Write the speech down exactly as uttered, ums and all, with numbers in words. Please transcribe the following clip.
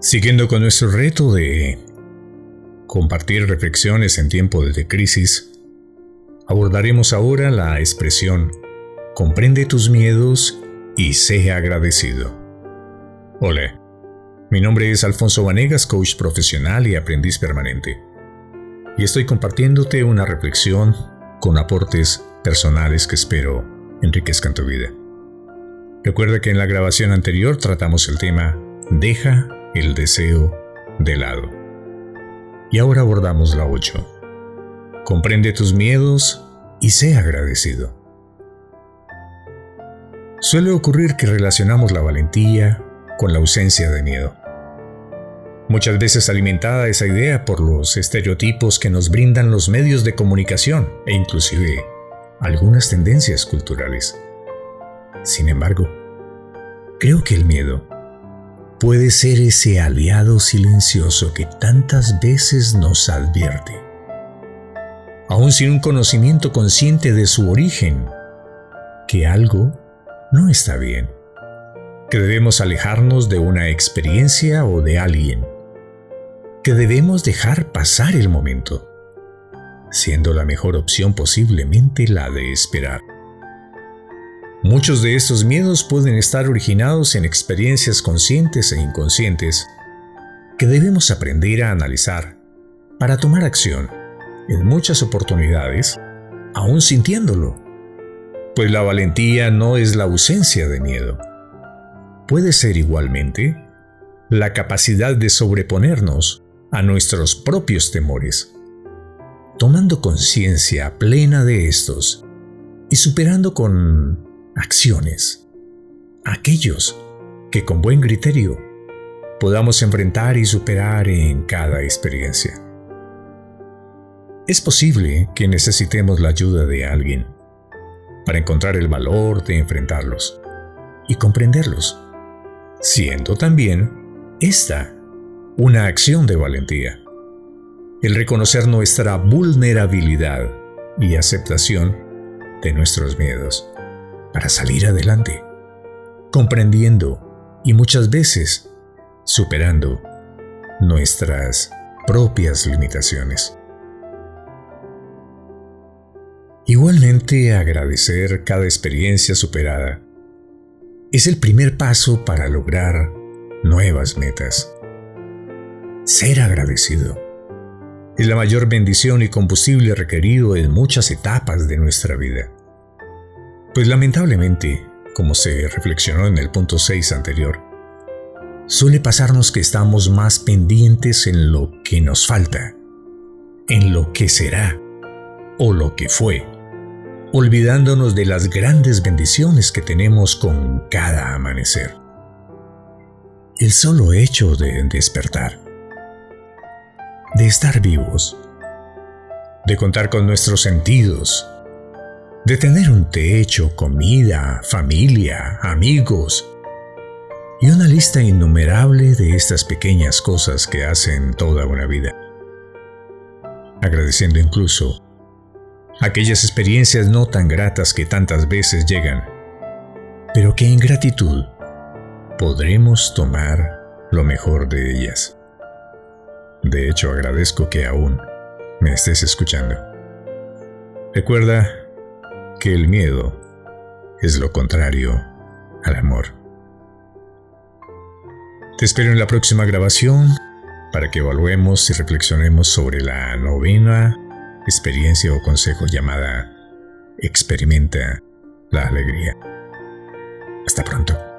Siguiendo con nuestro reto de compartir reflexiones en tiempos de crisis, abordaremos ahora la expresión comprende tus miedos y sé agradecido. Hola, mi nombre es Alfonso Vanegas, coach profesional y aprendiz permanente, y estoy compartiéndote una reflexión con aportes personales que espero enriquezcan tu vida. Recuerda que en la grabación anterior tratamos el tema Deja el deseo de lado. Y ahora abordamos la ocho. Comprende tus miedos y sé agradecido. Suele ocurrir que relacionamos la valentía con la ausencia de miedo. Muchas veces alimentada esa idea por los estereotipos que nos brindan los medios de comunicación e inclusive algunas tendencias culturales. Sin embargo, creo que el miedo puede ser ese aliado silencioso que tantas veces nos advierte, aún sin un conocimiento consciente de su origen, que algo no está bien, que debemos alejarnos de una experiencia o de alguien, que debemos dejar pasar el momento, siendo la mejor opción posiblemente la de esperar. Muchos de estos miedos pueden estar originados en experiencias conscientes e inconscientes que debemos aprender a analizar para tomar acción en muchas oportunidades, aún sintiéndolo. Pues la valentía no es la ausencia de miedo. Puede ser igualmente la capacidad de sobreponernos a nuestros propios temores, tomando conciencia plena de estos y superando con acciones aquellos que con buen criterio podamos enfrentar y superar en cada experiencia. Es posible que necesitemos la ayuda de alguien para encontrar el valor de enfrentarlos y comprenderlos, siendo también esta una acción de valentía. El reconocer nuestra vulnerabilidad y aceptación de nuestros miedos para salir adelante, comprendiendo y muchas veces superando nuestras propias limitaciones. Igualmente, agradecer cada experiencia superada es el primer paso para lograr nuevas metas. Ser agradecido es la mayor bendición y combustible requerido en muchas etapas de nuestra vida. Pues lamentablemente, como se reflexionó en el punto seis anterior, suele pasarnos que estamos más pendientes en lo que nos falta, en lo que será o lo que fue, olvidándonos de las grandes bendiciones que tenemos con cada amanecer. El solo hecho de despertar, de estar vivos, de contar con nuestros sentidos, de tener un techo, comida, familia, amigos y una lista innumerable de estas pequeñas cosas que hacen toda una vida. Agradeciendo incluso aquellas experiencias no tan gratas que tantas veces llegan, pero que en gratitud podremos tomar lo mejor de ellas. De hecho, agradezco que aún me estés escuchando. Recuerda que el miedo es lo contrario al amor. Te espero en la próxima grabación para que evaluemos y reflexionemos sobre la novena experiencia o consejo llamada Experimenta la alegría. Hasta pronto.